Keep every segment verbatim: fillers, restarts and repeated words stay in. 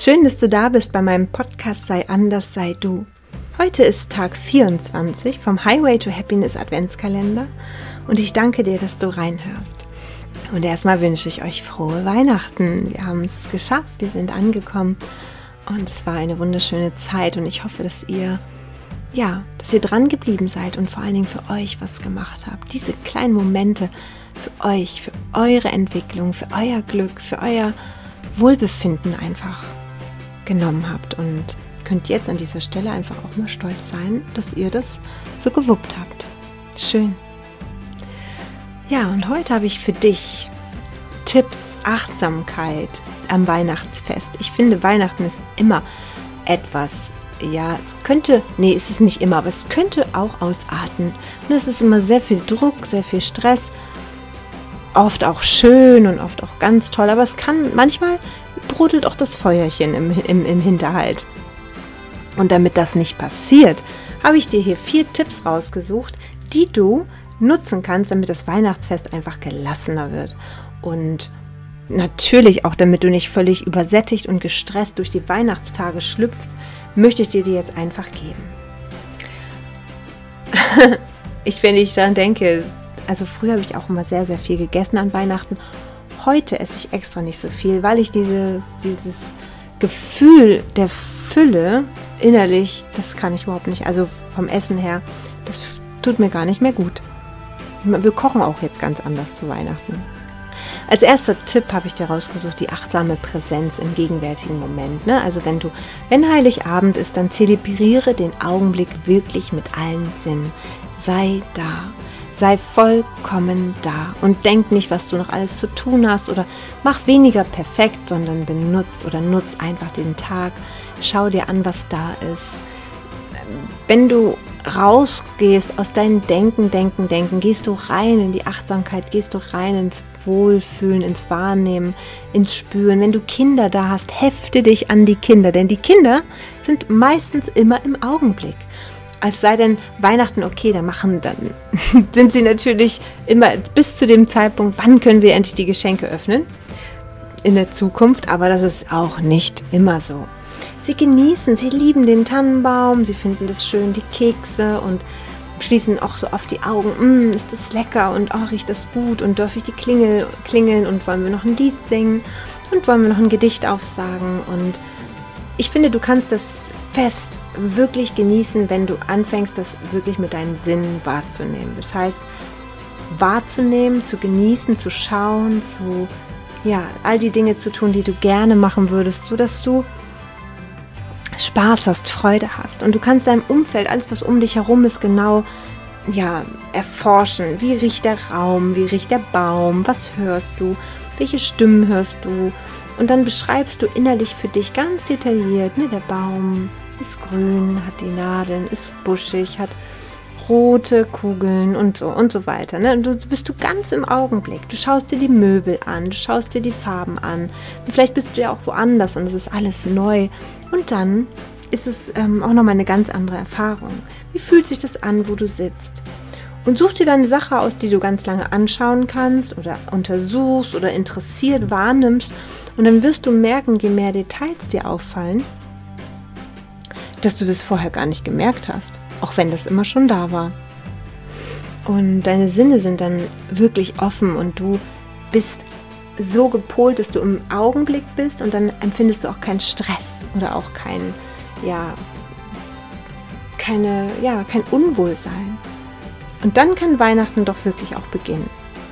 Schön, dass du da bist bei meinem Podcast Sei anders, sei du. Heute ist Tag vierundzwanzig vom Highway to Happiness Adventskalender und ich danke dir, dass du reinhörst. Und erstmal wünsche ich euch frohe Weihnachten. Wir haben es geschafft, wir sind angekommen und es war eine wunderschöne Zeit und ich hoffe, dass ihr, ja, dass ihr dran geblieben seid und vor allen Dingen für euch was gemacht habt. Diese kleinen Momente für euch, für eure Entwicklung, für euer Glück, für euer Wohlbefinden einfach genommen habt und könnt jetzt an dieser Stelle einfach auch mal stolz sein, dass ihr das so gewuppt habt. Schön. Ja, und heute habe ich für dich Tipps, Achtsamkeit am Weihnachtsfest. Ich finde, Weihnachten ist immer etwas, ja, es könnte, nee, es ist nicht immer, aber es könnte auch ausarten. Und es ist immer sehr viel Druck, sehr viel Stress, oft auch schön und oft auch ganz toll, aber es kann, manchmal brodelt auch das Feuerchen im, im, im Hinterhalt. Und damit das nicht passiert, habe ich dir hier vier Tipps rausgesucht, die du nutzen kannst, damit das Weihnachtsfest einfach gelassener wird. Und natürlich auch, damit du nicht völlig übersättigt und gestresst durch die Weihnachtstage schlüpfst, möchte ich dir die jetzt einfach geben. ich, wenn ich daran denke, also früher habe ich auch immer sehr, sehr viel gegessen an Weihnachten. Heute esse ich extra nicht so viel, weil ich dieses, dieses Gefühl der Fülle innerlich, das kann ich überhaupt nicht, also vom Essen her, das tut mir gar nicht mehr gut. Wir kochen auch jetzt ganz anders zu Weihnachten. Als erster Tipp habe ich dir rausgesucht, die achtsame Präsenz im gegenwärtigen Moment. Ne? Also wenn du, wenn Heiligabend ist, dann zelebriere den Augenblick wirklich mit allen Sinnen. Sei da. Sei vollkommen da und denk nicht, was du noch alles zu tun hast oder mach weniger perfekt, sondern benutz oder nutz einfach den Tag. Schau dir an, was da ist. Wenn du rausgehst aus deinem Denken, Denken, Denken, gehst du rein in die Achtsamkeit, gehst du rein ins Wohlfühlen, ins Wahrnehmen, ins Spüren. Wenn du Kinder da hast, hefte dich an die Kinder, denn die Kinder sind meistens immer im Augenblick. Als sei denn Weihnachten okay, dann machen, dann sind sie natürlich immer bis zu dem Zeitpunkt, wann können wir endlich die Geschenke öffnen in der Zukunft, aber das ist auch nicht immer so. Sie genießen, sie lieben den Tannenbaum, sie finden das schön, die Kekse und schließen auch so oft die Augen, mm, ist das lecker und oh, riecht das gut und darf ich die Klingel klingeln und wollen wir noch ein Lied singen und wollen wir noch ein Gedicht aufsagen und ich finde, du kannst das Fest wirklich genießen, wenn du anfängst, das wirklich mit deinen Sinnen wahrzunehmen. Das heißt, wahrzunehmen, zu genießen, zu schauen, zu, ja, all die Dinge zu tun, die du gerne machen würdest, sodass du Spaß hast, Freude hast. Und du kannst deinem Umfeld, alles was um dich herum ist, genau, ja, erforschen. Wie riecht der Raum? Wie riecht der Baum? Was hörst du? Welche Stimmen hörst du? Und dann beschreibst du innerlich für dich ganz detailliert, ne, der Baum ist grün, hat die Nadeln, ist buschig, hat rote Kugeln und so und so weiter. Ne? Und du bist du ganz im Augenblick. Du schaust dir die Möbel an, du schaust dir die Farben an. Und vielleicht bist du ja auch woanders und es ist alles neu. Und dann ist es ähm, auch nochmal eine ganz andere Erfahrung. Wie fühlt sich das an, wo du sitzt? Und such dir dann eine Sache aus, die du ganz lange anschauen kannst oder untersuchst oder interessiert wahrnimmst. Und dann wirst du merken, je mehr Details dir auffallen, dass du das vorher gar nicht gemerkt hast, auch wenn das immer schon da war. Und deine Sinne sind dann wirklich offen und du bist so gepolt, dass du im Augenblick bist und dann empfindest du auch keinen Stress oder auch kein, ja, keine, ja, kein Unwohlsein. Und dann kann Weihnachten doch wirklich auch beginnen.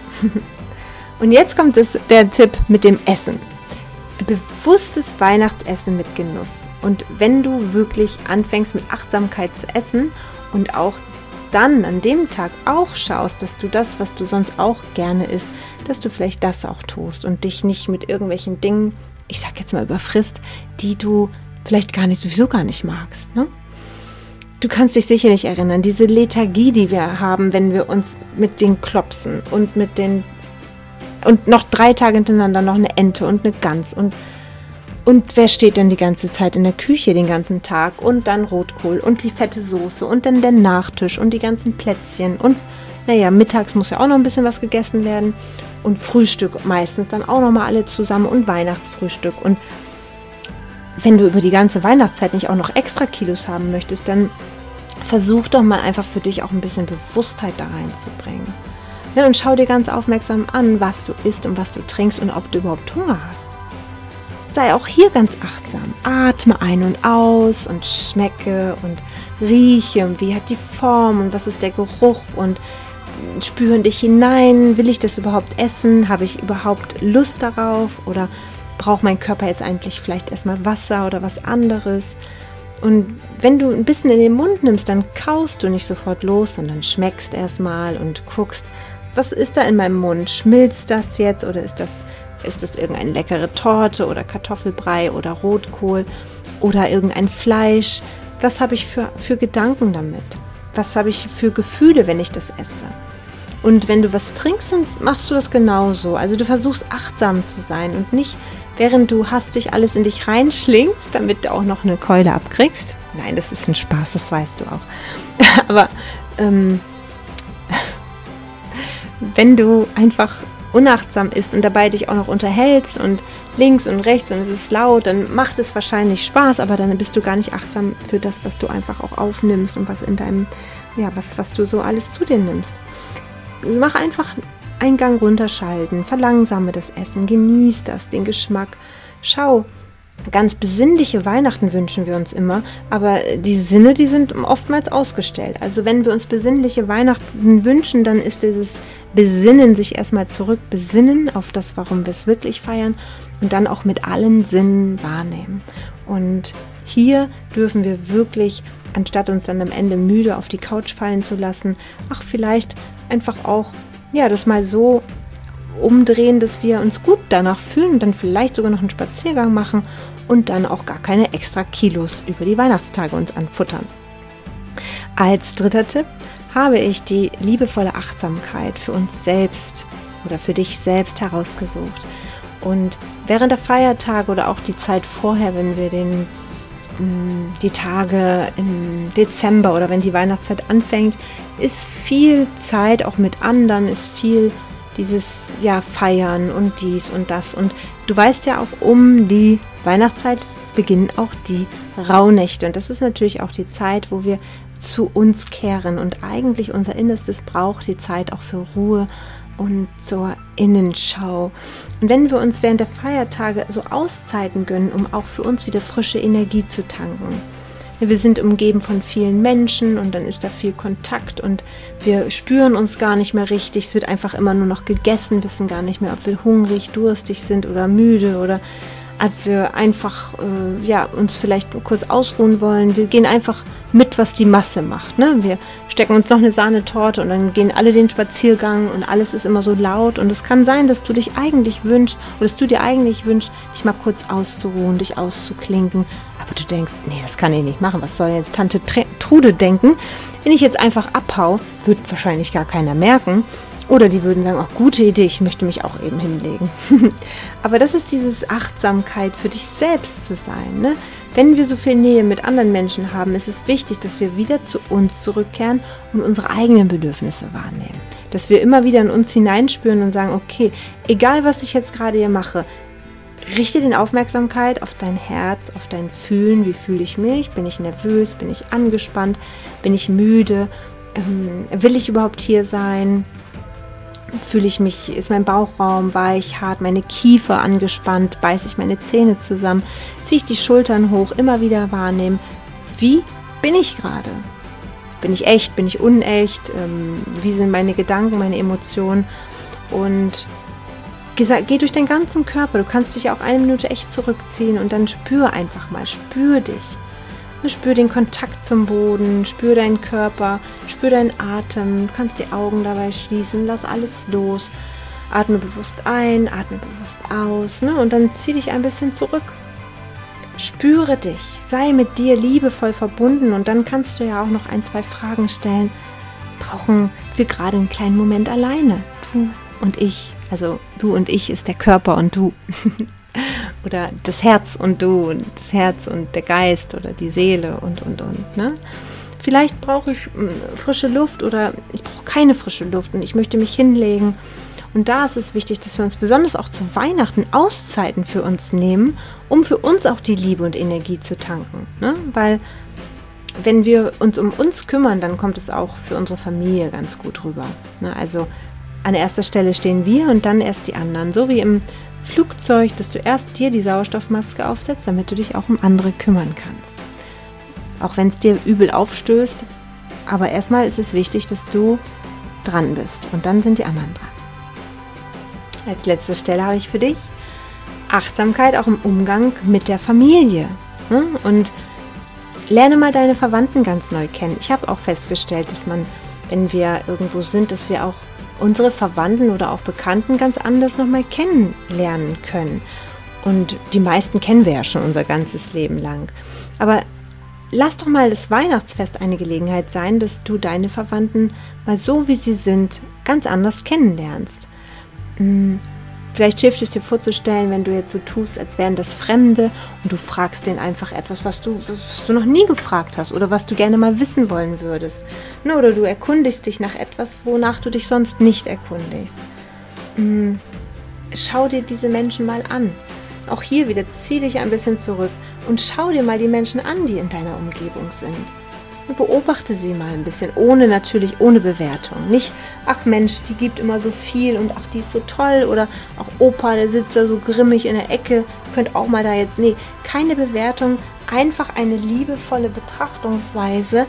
Und jetzt kommt das, der Tipp mit dem Essen. Bewusstes Weihnachtsessen mit Genuss. Und wenn du wirklich anfängst mit Achtsamkeit zu essen und auch dann an dem Tag auch schaust, dass du das, was du sonst auch gerne isst, dass du vielleicht das auch tust und dich nicht mit irgendwelchen Dingen, ich sag jetzt mal überfrisst, die du vielleicht gar nicht, sowieso gar nicht magst, ne? Du kannst dich sicherlich erinnern, diese Lethargie, die wir haben, wenn wir uns mit den Klopsen und mit den und noch drei Tage hintereinander noch eine Ente und eine Gans und Und wer steht denn die ganze Zeit in der Küche den ganzen Tag? Und dann Rotkohl und die fette Soße und dann der Nachtisch und die ganzen Plätzchen. Und naja, mittags muss ja auch noch ein bisschen was gegessen werden. Und Frühstück meistens dann auch noch mal alle zusammen und Weihnachtsfrühstück. Und wenn du über die ganze Weihnachtszeit nicht auch noch extra Kilos haben möchtest, dann versuch doch mal einfach für dich auch ein bisschen Bewusstheit da reinzubringen. Ne, und schau dir ganz aufmerksam an, was du isst und was du trinkst und ob du überhaupt Hunger hast. Sei auch hier ganz achtsam. Atme ein und aus und schmecke und rieche und wie hat die Form und was ist der Geruch und spüre in dich hinein. Will ich das überhaupt essen? Habe ich überhaupt Lust darauf? Oder braucht mein Körper jetzt eigentlich vielleicht erstmal Wasser oder was anderes? Und wenn du ein bisschen in den Mund nimmst, dann kaust du nicht sofort los, sondern schmeckst erstmal und guckst, was ist da in meinem Mund? Schmilzt das jetzt oder ist das, ist das irgendeine leckere Torte oder Kartoffelbrei oder Rotkohl oder irgendein Fleisch? Was habe ich für, für Gedanken damit? Was habe ich für Gefühle, wenn ich das esse? Und wenn du was trinkst, dann machst du das genauso. Also du versuchst achtsam zu sein und nicht, während du hastig alles in dich reinschlingst, damit du auch noch eine Keule abkriegst. Nein, das ist ein Spaß, das weißt du auch. Aber ähm, wenn du einfach unachtsam isst und dabei dich auch noch unterhältst und links und rechts und es ist laut, dann macht es wahrscheinlich Spaß, aber dann bist du gar nicht achtsam für das, was du einfach auch aufnimmst und was in deinem, ja, was, was du so alles zu dir nimmst. Mach einfach einen Gang runterschalten, verlangsame das Essen, genieß das, den Geschmack. Schau, ganz besinnliche Weihnachten wünschen wir uns immer, aber die Sinne, die sind oftmals ausgestellt. Also wenn wir uns besinnliche Weihnachten wünschen, dann ist dieses Besinnen, sich erstmal zurück besinnen auf das, warum wir es wirklich feiern und dann auch mit allen Sinnen wahrnehmen. Und hier dürfen wir wirklich, anstatt uns dann am Ende müde auf die Couch fallen zu lassen, ach, vielleicht einfach auch, ja, das mal so umdrehen, dass wir uns gut danach fühlen und dann vielleicht sogar noch einen Spaziergang machen und dann auch gar keine extra Kilos über die Weihnachtstage uns anfuttern. Als dritter Tipp habe ich die liebevolle Achtsamkeit für uns selbst oder für dich selbst herausgesucht. Und während der Feiertage oder auch die Zeit vorher, wenn wir den, die Tage im Dezember oder wenn die Weihnachtszeit anfängt, ist viel Zeit auch mit anderen, ist viel dieses ja Feiern und dies und das. Und du weißt ja auch, um die Weihnachtszeit beginnen auch die Rauhnächte. Und das ist natürlich auch die Zeit, wo wir zu uns kehren. Und eigentlich unser Innerstes braucht die Zeit auch für Ruhe und zur Innenschau. Und wenn wir uns während der Feiertage so Auszeiten gönnen, um auch für uns wieder frische Energie zu tanken. Wir sind umgeben von vielen Menschen und dann ist da viel Kontakt und wir spüren uns gar nicht mehr richtig. Es wird einfach immer nur noch gegessen, wissen gar nicht mehr, ob wir hungrig, durstig sind oder müde oder ob wir einfach äh, ja, uns vielleicht kurz ausruhen wollen. Wir gehen einfach mit, was die Masse macht. Ne? Wir stecken uns noch eine Sahnetorte und dann gehen alle den Spaziergang und alles ist immer so laut. Und es kann sein, dass du dich eigentlich wünschst oder dass du dir eigentlich wünschst, dich mal kurz auszuruhen, dich auszuklinken. Aber du denkst, nee, das kann ich nicht machen. Was soll jetzt Tante Trude denken? Wenn ich jetzt einfach abhau, wird wahrscheinlich gar keiner merken. Oder die würden sagen, auch gute Idee, ich möchte mich auch eben hinlegen. Aber das ist dieses Achtsamkeit für dich selbst zu sein. Ne? Wenn wir so viel Nähe mit anderen Menschen haben, ist es wichtig, dass wir wieder zu uns zurückkehren und unsere eigenen Bedürfnisse wahrnehmen. Dass wir immer wieder in uns hineinspüren und sagen, okay, egal was ich jetzt gerade hier mache, richte die Aufmerksamkeit auf dein Herz, auf dein Fühlen. Wie fühle ich mich? Bin ich nervös? Bin ich angespannt? Bin ich müde? Ähm, will ich überhaupt hier sein? Fühle ich mich, ist mein Bauchraum weich, hart, meine Kiefer angespannt, beiße ich meine Zähne zusammen, ziehe ich die Schultern hoch, immer wieder wahrnehmen, wie bin ich gerade? Bin ich echt, bin ich unecht? Ähm, wie sind meine Gedanken, meine Emotionen? Und geh durch deinen ganzen Körper, du kannst dich auch eine Minute echt zurückziehen und dann spür einfach mal, spür dich. Spür den Kontakt zum Boden, spür deinen Körper, spür deinen Atem, du kannst die Augen dabei schließen, lass alles los. Atme bewusst ein, atme bewusst aus, ne? Und dann zieh dich ein bisschen zurück. Spüre dich, sei mit dir liebevoll verbunden und dann kannst du ja auch noch ein, zwei Fragen stellen. Brauchen wir gerade einen kleinen Moment alleine, du und ich. Also du und ich ist der Körper und du. Oder das Herz und du und das Herz und der Geist oder die Seele und, und, und. Ne? Vielleicht brauche ich frische Luft oder ich brauche keine frische Luft und ich möchte mich hinlegen Und da ist es wichtig, dass wir uns besonders auch zu Weihnachten Auszeiten für uns nehmen, um für uns auch die Liebe und Energie zu tanken. Ne? Weil wenn wir uns um uns kümmern, dann kommt es auch für unsere Familie ganz gut rüber. Ne? Also an erster Stelle stehen wir und dann erst die anderen. So wie im Flugzeug, dass du erst dir die Sauerstoffmaske aufsetzt, damit du dich auch um andere kümmern kannst. Auch wenn es dir übel aufstößt. Aber erstmal ist es wichtig, dass du dran bist. Und dann sind die anderen dran. Als letzte Stelle habe ich für dich Achtsamkeit auch im Umgang mit der Familie. Und lerne mal deine Verwandten ganz neu kennen. Ich habe auch festgestellt, dass man, wenn wir irgendwo sind, dass wir auch unsere Verwandten oder auch Bekannten ganz anders nochmal kennenlernen können. Und die meisten kennen wir ja schon unser ganzes Leben lang. Aber lass doch mal das Weihnachtsfest eine Gelegenheit sein, dass du deine Verwandten mal so, wie sie sind, ganz anders kennenlernst. Hm, vielleicht hilft es dir vorzustellen, wenn du jetzt so tust, als wären das Fremde und du fragst denen einfach etwas, was du, was du noch nie gefragt hast oder was du gerne mal wissen wollen würdest. Ne, oder du erkundigst dich nach etwas, wonach du dich sonst nicht erkundigst. Hm, schau dir diese Menschen mal an. Auch hier wieder, zieh dich ein bisschen zurück und schau dir mal die Menschen an, die in deiner Umgebung sind. Und beobachte sie mal ein bisschen, ohne natürlich, ohne Bewertung. Nicht, ach Mensch, die gibt immer so viel und ach, die ist so toll. Oder auch Opa, der sitzt da so grimmig in der Ecke, könnt auch mal da jetzt, nee, keine Bewertung, einfach eine liebevolle Betrachtungsweise.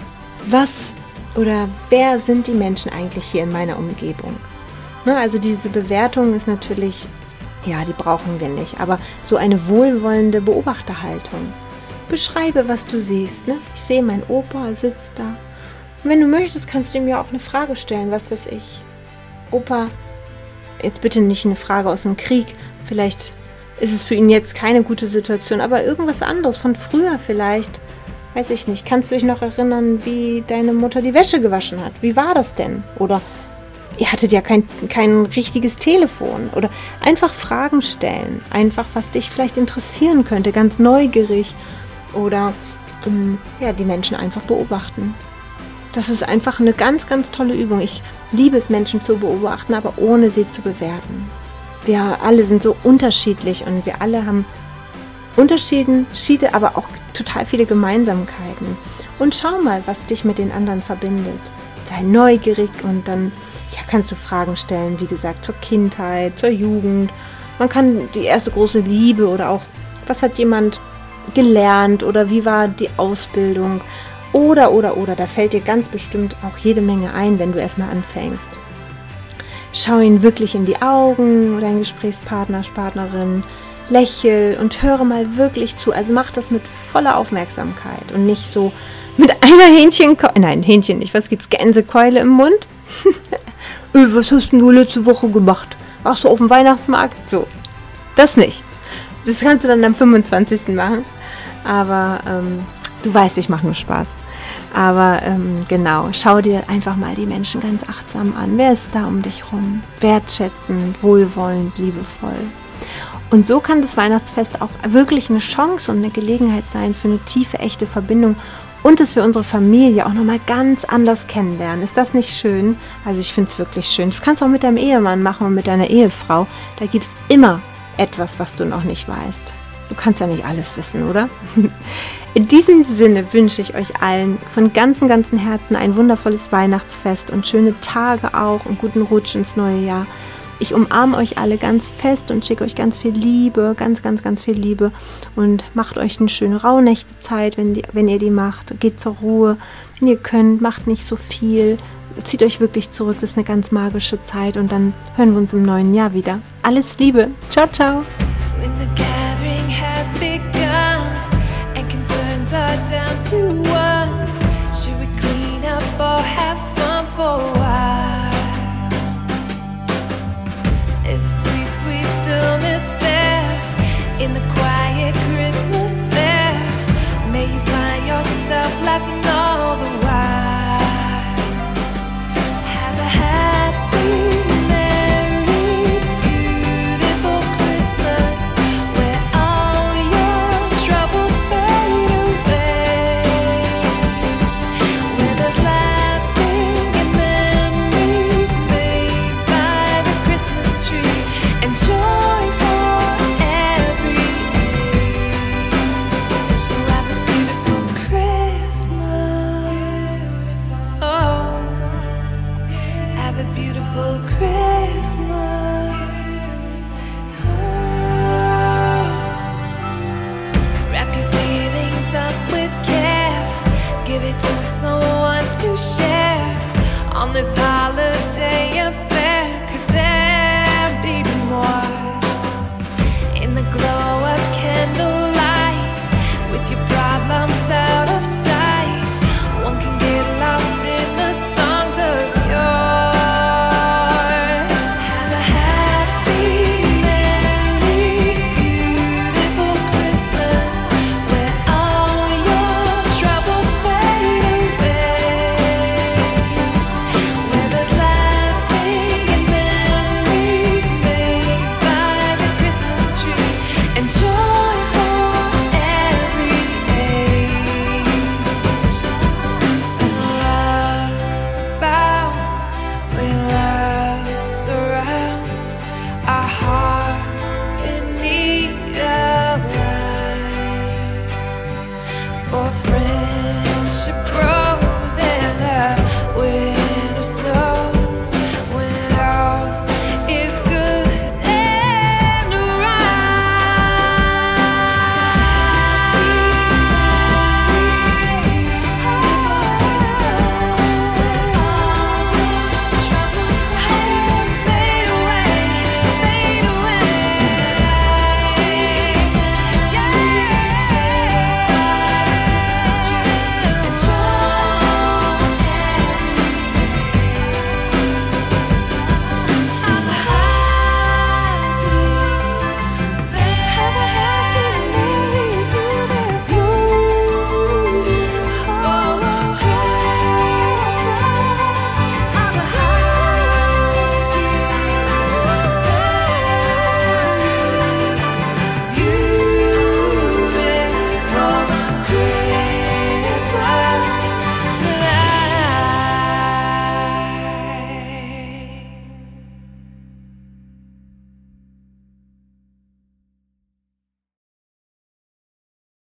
Was oder wer sind die Menschen eigentlich hier in meiner Umgebung? Ne, also diese Bewertung ist natürlich, ja, die brauchen wir nicht, aber so eine wohlwollende Beobachterhaltung. Beschreibe, was du siehst. Ne? Ich sehe, mein Opa sitzt da. Und wenn du möchtest, kannst du ihm ja auch eine Frage stellen, was weiß ich. Opa, jetzt bitte nicht eine Frage aus dem Krieg, vielleicht ist es für ihn jetzt keine gute Situation, aber irgendwas anderes von früher vielleicht, weiß ich nicht. Kannst du dich noch erinnern, wie deine Mutter die Wäsche gewaschen hat? Wie war das denn? Oder ihr hattet ja kein, kein richtiges Telefon. Oder einfach Fragen stellen. Einfach, was dich vielleicht interessieren könnte, ganz neugierig. Oder ähm, ja, die Menschen einfach beobachten. Das ist einfach eine ganz, ganz tolle Übung. Ich liebe es, Menschen zu beobachten, aber ohne sie zu bewerten. Wir alle sind so unterschiedlich und wir alle haben Unterschiede, aber auch total viele Gemeinsamkeiten. Und schau mal, was dich mit den anderen verbindet. Sei neugierig und dann ja, kannst du Fragen stellen, wie gesagt, zur Kindheit, zur Jugend. Man kann die erste große Liebe oder auch, was hat jemand gelernt oder wie war die Ausbildung oder, oder, oder. Da fällt dir ganz bestimmt auch jede Menge ein, wenn du erstmal anfängst. Schau ihn wirklich in die Augen, dein Gesprächspartner, Partnerin, lächel und höre mal wirklich zu. Also mach das mit voller Aufmerksamkeit und nicht so mit einer Hähnchenkeule, nein, Hähnchen nicht, was gibt's, Gänsekeule im Mund? Was hast denn du letzte Woche gemacht? Warst du auf dem Weihnachtsmarkt? So, das nicht. Das kannst du dann am fünfundzwanzigsten machen. Aber ähm, du weißt, ich mache nur Spaß. Aber ähm, genau, schau dir einfach mal die Menschen ganz achtsam an. Wer ist da um dich rum? Wertschätzend, wohlwollend, liebevoll. Und so kann das Weihnachtsfest auch wirklich eine Chance und eine Gelegenheit sein für eine tiefe, echte Verbindung. Und dass wir unsere Familie auch nochmal ganz anders kennenlernen. Ist das nicht schön? Also ich finde es wirklich schön. Das kannst du auch mit deinem Ehemann machen und mit deiner Ehefrau. Da gibt es immer etwas, was du noch nicht weißt. Du kannst ja nicht alles wissen, oder? In diesem Sinne wünsche ich euch allen von ganzem, ganzem Herzen ein wundervolles Weihnachtsfest und schöne Tage auch und guten Rutsch ins neue Jahr. Ich umarme euch alle ganz fest und schicke euch ganz viel Liebe, ganz, ganz, ganz viel Liebe und macht euch eine schöne Rauhnächtezeit, wenn, die, wenn ihr die macht. Geht zur Ruhe, wenn ihr könnt, macht nicht so viel, zieht euch wirklich zurück, das ist eine ganz magische Zeit und dann hören wir uns im neuen Jahr wieder. Alles Liebe, ciao, ciao! When the gathering has begun and concerns are down to one, should we clean up or have fun for a while? There's a sweet, sweet stillness there in the quiet Christmas air. May you find yourself laughing all the while. Have a happy, merry, beautiful Christmas where all your troubles fade away. beautiful Christmas. Oh. Wrap your feelings up with care. Give it to someone to share on this holiday.